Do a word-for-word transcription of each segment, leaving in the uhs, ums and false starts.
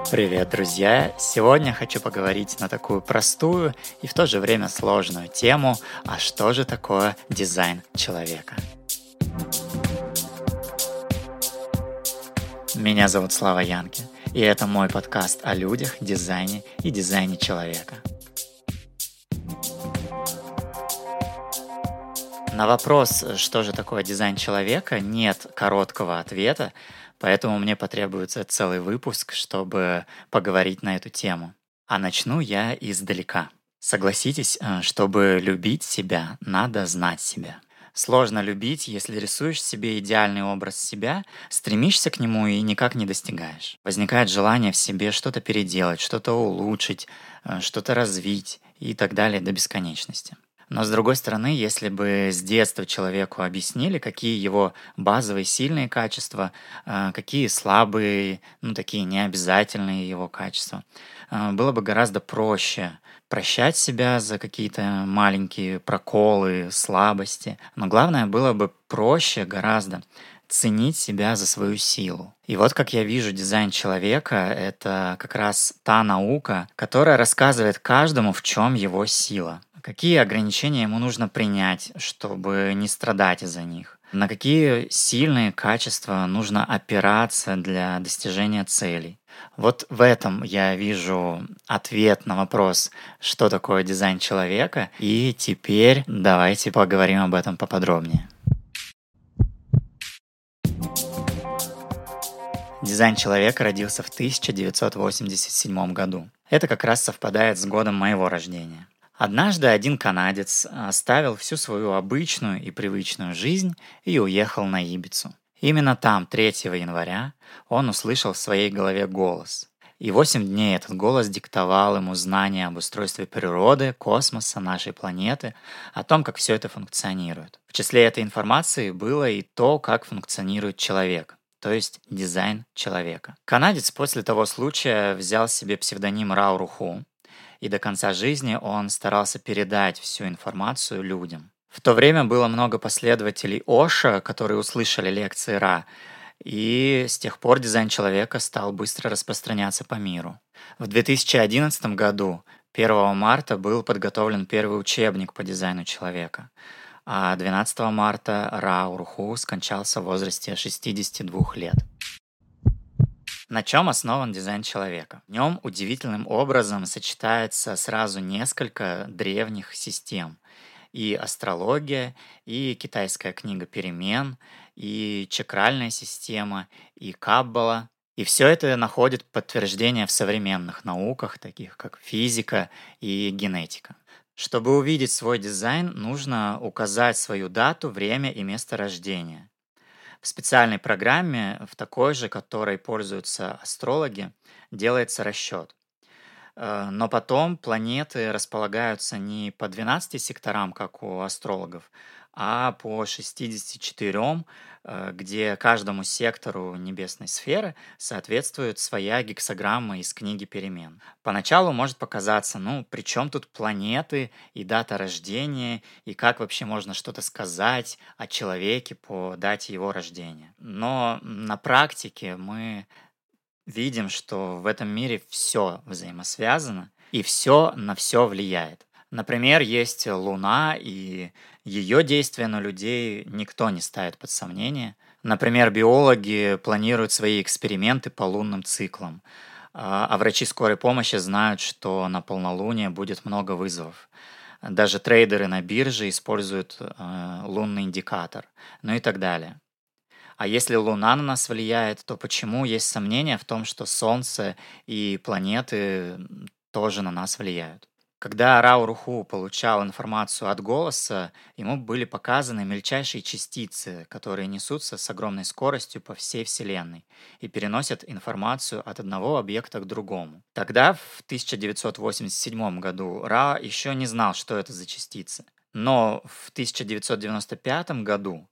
Привет, друзья! Сегодня хочу поговорить на такую простую и в то же время сложную тему, а что же такое дизайн человека? Меня зовут Слава Янки, и это мой подкаст о людях, дизайне и дизайне человека. На вопрос, что же такое дизайн человека, нет короткого ответа, поэтому мне потребуется целый выпуск, чтобы поговорить на эту тему. А начну я издалека. Согласитесь, э, чтобы любить себя, надо знать себя. Сложно любить, если рисуешь себе идеальный образ себя, стремишься к нему и никак не достигаешь. Возникает желание в себе что-то переделать, что-то улучшить, э, что-то развить и так далее до бесконечности. Но с другой стороны, если бы с детства человеку объяснили, какие его базовые сильные качества, а, какие слабые, ну такие необязательные его качества, а, было бы гораздо проще прощать себя за какие-то маленькие проколы, слабости. Но главное, было бы проще гораздо ценить себя за свою силу. И вот как я вижу дизайн человека, это как раз та наука, которая рассказывает каждому, в чем его сила. Какие ограничения ему нужно принять, чтобы не страдать из-за них? На какие сильные качества нужно опираться для достижения целей? Вот в этом я вижу ответ на вопрос, что такое дизайн человека. И теперь давайте поговорим об этом поподробнее. Дизайн человека родился в тысяча девятьсот восемьдесят седьмом году. Это как раз совпадает с годом моего рождения. Однажды один канадец оставил всю свою обычную и привычную жизнь и уехал на Ибицу. Именно там, третьего января, он услышал в своей голове голос. И восемь дней этот голос диктовал ему знания об устройстве природы, космоса, нашей планеты, о том, как все это функционирует. В числе этой информации было и то, как функционирует человек, то есть дизайн человека. Канадец после того случая взял себе псевдоним Рао Руху, и до конца жизни он старался передать всю информацию людям. В то время было много последователей Оша, которые услышали лекции Ра, и с тех пор дизайн человека стал быстро распространяться по миру. В две тысячи одиннадцатом году, первого марта, был подготовлен первый учебник по дизайну человека, а двенадцатого марта Рао Руху скончался в возрасте шестидесяти двух лет. На чем основан дизайн человека? В нем удивительным образом сочетается сразу несколько древних систем. И астрология, и китайская книга перемен, и чакральная система, и каббала. И все это находит подтверждение в современных науках, таких как физика и генетика. Чтобы увидеть свой дизайн, нужно указать свою дату, время и место рождения. В специальной программе, в такой же, которой пользуются астрологи, делается расчет. Э, Но потом планеты располагаются не по двенадцати секторам, как у астрологов, а по шестидесяти четырем, э, где каждому сектору небесной сферы соответствует своя гексограмма из книги перемен. Поначалу может показаться, ну, при чем тут планеты и дата рождения, и как вообще можно что-то сказать о человеке по дате его рождения. Но на практике мы видим, что в этом мире все взаимосвязано и все на все влияет. Например, есть Луна, и ее действия на людей никто не ставит под сомнение. Например, биологи планируют свои эксперименты по лунным циклам, а а врачи скорой помощи знают, что на полнолуние будет много вызовов. Даже трейдеры на бирже используют э, лунный индикатор, ну и так далее. А если Луна на нас влияет, то почему есть сомнения в том, что Солнце и планеты м, тоже на нас влияют? Когда Рао Руху получал информацию от голоса, ему были показаны мельчайшие частицы, которые несутся с огромной скоростью по всей Вселенной и переносят информацию от одного объекта к другому. Тогда, в тысяча девятьсот восемьдесят седьмом году, Ра еще не знал, что это за частицы. Но в тысяча девятьсот девяносто пятом году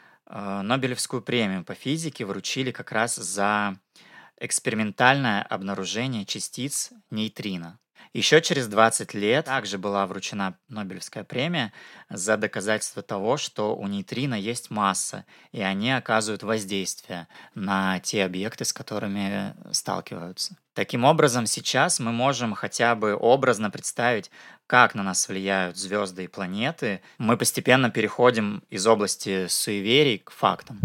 э, Нобелевскую премию по физике вручили как раз за экспериментальное обнаружение частиц нейтрино. Еще через двадцать лет также была вручена Нобелевская премия за доказательство того, что у нейтрино есть масса, и они оказывают воздействие на те объекты, с которыми сталкиваются. Таким образом, сейчас мы можем хотя бы образно представить, как на нас влияют звезды и планеты. Мы постепенно переходим из области суеверий к фактам.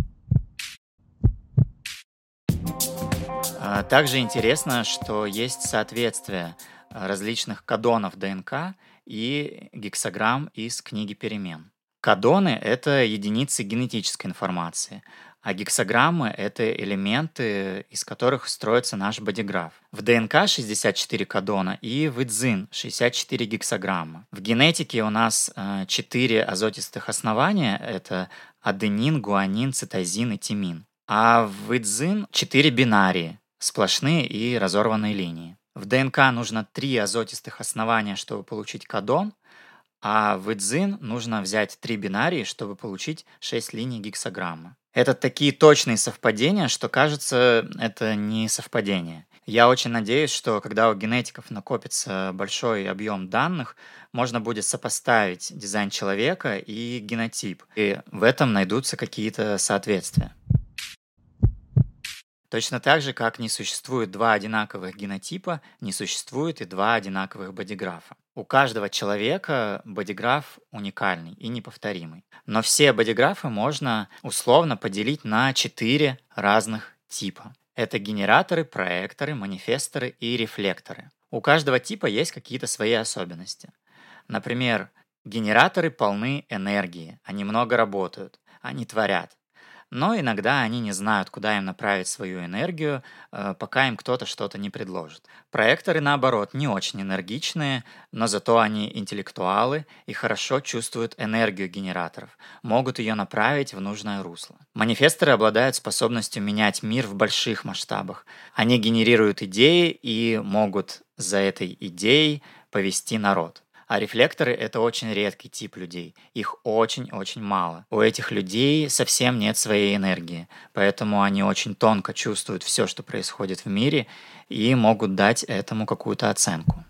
А Также интересно, что есть соответствие а, различных кодонов ДНК и гексограмм из книги перемен. Кодоны — это единицы генетической информации, а гексограммы — это элементы, из которых строится наш бодиграф. В ДНК шестьдесят четыре кодона и в ИДЗИН шестьдесят четыре гексограммы. В генетике у нас э, четыре азотистых основания — это аденин, гуанин, цитозин и тимин. А в ИДЗИН четыре бинарии, сплошные и разорванные линии. В ДНК нужно три азотистых основания, чтобы получить кодон, а в ИДЗИН нужно взять три бинарии, чтобы получить шесть линий гексограммы. Это такие точные совпадения, что кажется, это не совпадение. Я очень надеюсь, что когда у генетиков накопится большой объем данных, можно будет сопоставить дизайн человека и генотип, и в этом найдутся какие-то соответствия. Точно так же, как не существует два одинаковых генотипа, не существует и два одинаковых бодиграфа. У каждого человека бодиграф уникальный и неповторимый. Но все бодиграфы можно условно поделить на четыре разных типа. Это генераторы, проекторы, манифесторы и рефлекторы. У каждого типа есть какие-то свои особенности. Например, генераторы полны энергии, они много работают, они творят. Но иногда они не знают, куда им направить свою энергию, э, пока им кто-то что-то не предложит. Проекторы, наоборот, не очень энергичные, но зато они интеллектуалы и хорошо чувствуют энергию генераторов, могут ее направить в нужное русло. Манифесторы обладают способностью менять мир в больших масштабах. Они генерируют идеи и могут за этой идеей повести народ. А рефлекторы — это очень редкий тип людей. Их очень-очень мало. У этих людей совсем нет своей энергии, поэтому они очень тонко чувствуют все, что происходит в мире, и могут дать этому какую-то оценку.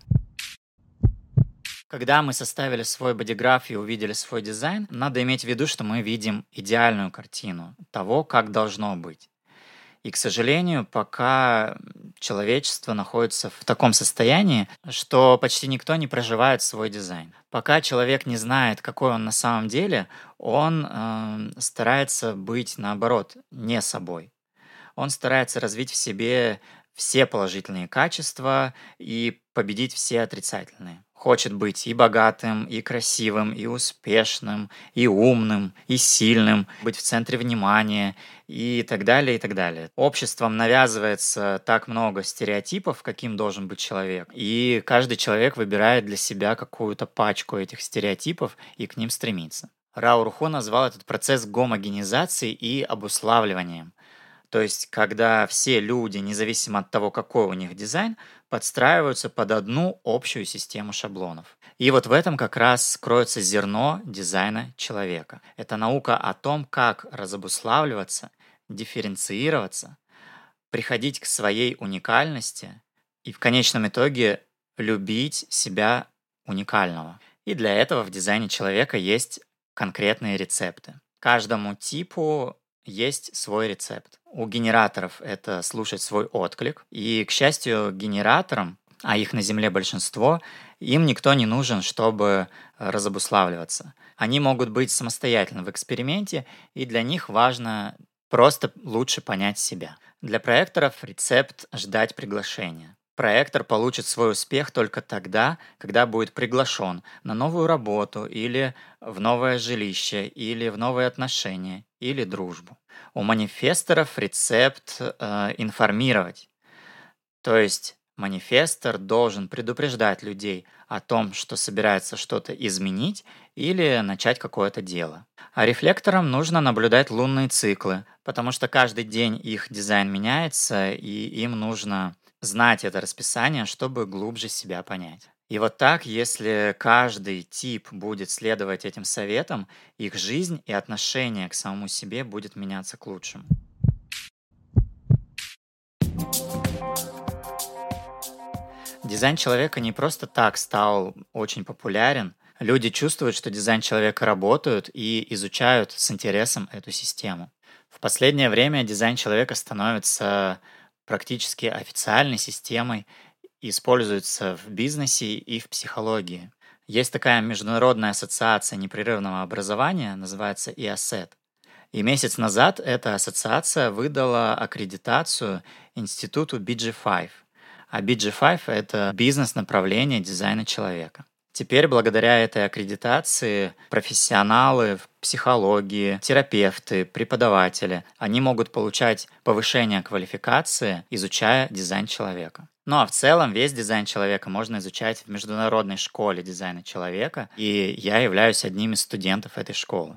Когда мы составили свой бодиграф и увидели свой дизайн, надо иметь в виду, что мы видим идеальную картину того, как должно быть. И, к сожалению, пока человечество находится в таком состоянии, что почти никто не проживает свой дизайн. Пока человек не знает, какой он на самом деле, он э, старается быть, наоборот, не собой. Он старается развить в себе все положительные качества и победить все отрицательные. Хочет быть и богатым, и красивым, и успешным, и умным, и сильным, быть в центре внимания и так далее, и так далее. Обществом навязывается так много стереотипов, каким должен быть человек, и каждый человек выбирает для себя какую-то пачку этих стереотипов и к ним стремится. Рао Руху назвал этот процесс гомогенизацией и обуславливанием. То есть, когда все люди, независимо от того, какой у них дизайн, подстраиваются под одну общую систему шаблонов. И вот в этом как раз кроется зерно дизайна человека. Это наука о том, как разобуславливаться, дифференцироваться, приходить к своей уникальности и в конечном итоге любить себя уникального. И для этого в дизайне человека есть конкретные рецепты. Каждому типу есть свой рецепт. У генераторов это слушать свой отклик. И, к счастью, генераторам, а их на Земле большинство, им никто не нужен, чтобы разобуславливаться. Они могут быть самостоятельны в эксперименте, и для них важно просто лучше понять себя. Для проекторов рецепт — ждать приглашения. Проектор получит свой успех только тогда, когда будет приглашен на новую работу или в новое жилище, или в новые отношения, или дружбу. У манифесторов рецепт э, информировать. То есть манифестор должен предупреждать людей о том, что собирается что-то изменить или начать какое-то дело. А рефлекторам нужно наблюдать лунные циклы, потому что каждый день их дизайн меняется, и им нужно знать это расписание, чтобы глубже себя понять. И вот так, если каждый тип будет следовать этим советам, их жизнь и отношение к самому себе будет меняться к лучшему. Дизайн человека не просто так стал очень популярен. Люди чувствуют, что дизайн человека работают и изучают с интересом эту систему. В последнее время дизайн человека становится практически официальной системой, используется в бизнесе и в психологии. Есть такая международная ассоциация непрерывного образования, называется и эй эс и ти. И месяц назад эта ассоциация выдала аккредитацию институту би джи пять. А би джи пять — это бизнес-направление дизайна человека. Теперь, благодаря этой аккредитации, профессионалы в психологии, терапевты, преподаватели, они могут получать повышение квалификации, изучая дизайн человека. Ну а в целом весь дизайн человека можно изучать в Международной школе дизайна человека, и я являюсь одним из студентов этой школы.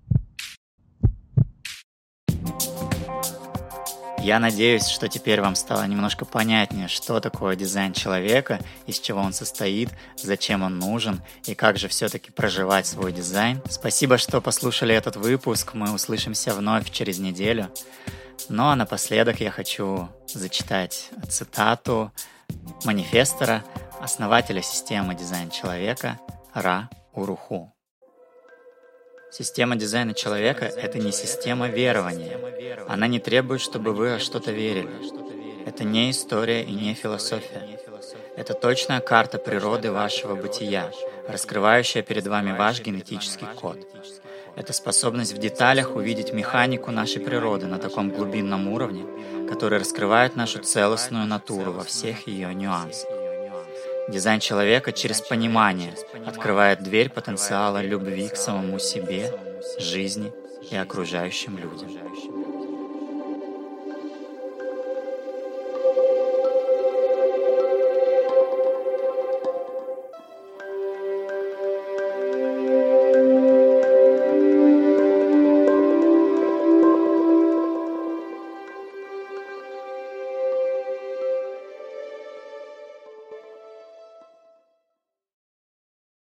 Я надеюсь, что теперь вам стало немножко понятнее, что такое дизайн человека, из чего он состоит, зачем он нужен и как же все-таки проживать свой дизайн. Спасибо, что послушали этот выпуск. Мы услышимся вновь через неделю. Ну а напоследок я хочу зачитать цитату манифестора, основателя системы дизайна человека Ра Уруху. Система дизайна человека — это не система верования. Она не требует, чтобы вы во что-то верили. Это не история и не философия. Это точная карта природы вашего бытия, раскрывающая перед вами ваш генетический код. Это способность в деталях увидеть механику нашей природы на таком глубинном уровне, который раскрывает нашу целостную натуру во всех ее нюансах. Дизайн человека через понимание открывает дверь потенциала любви к самому себе, жизни и окружающим людям.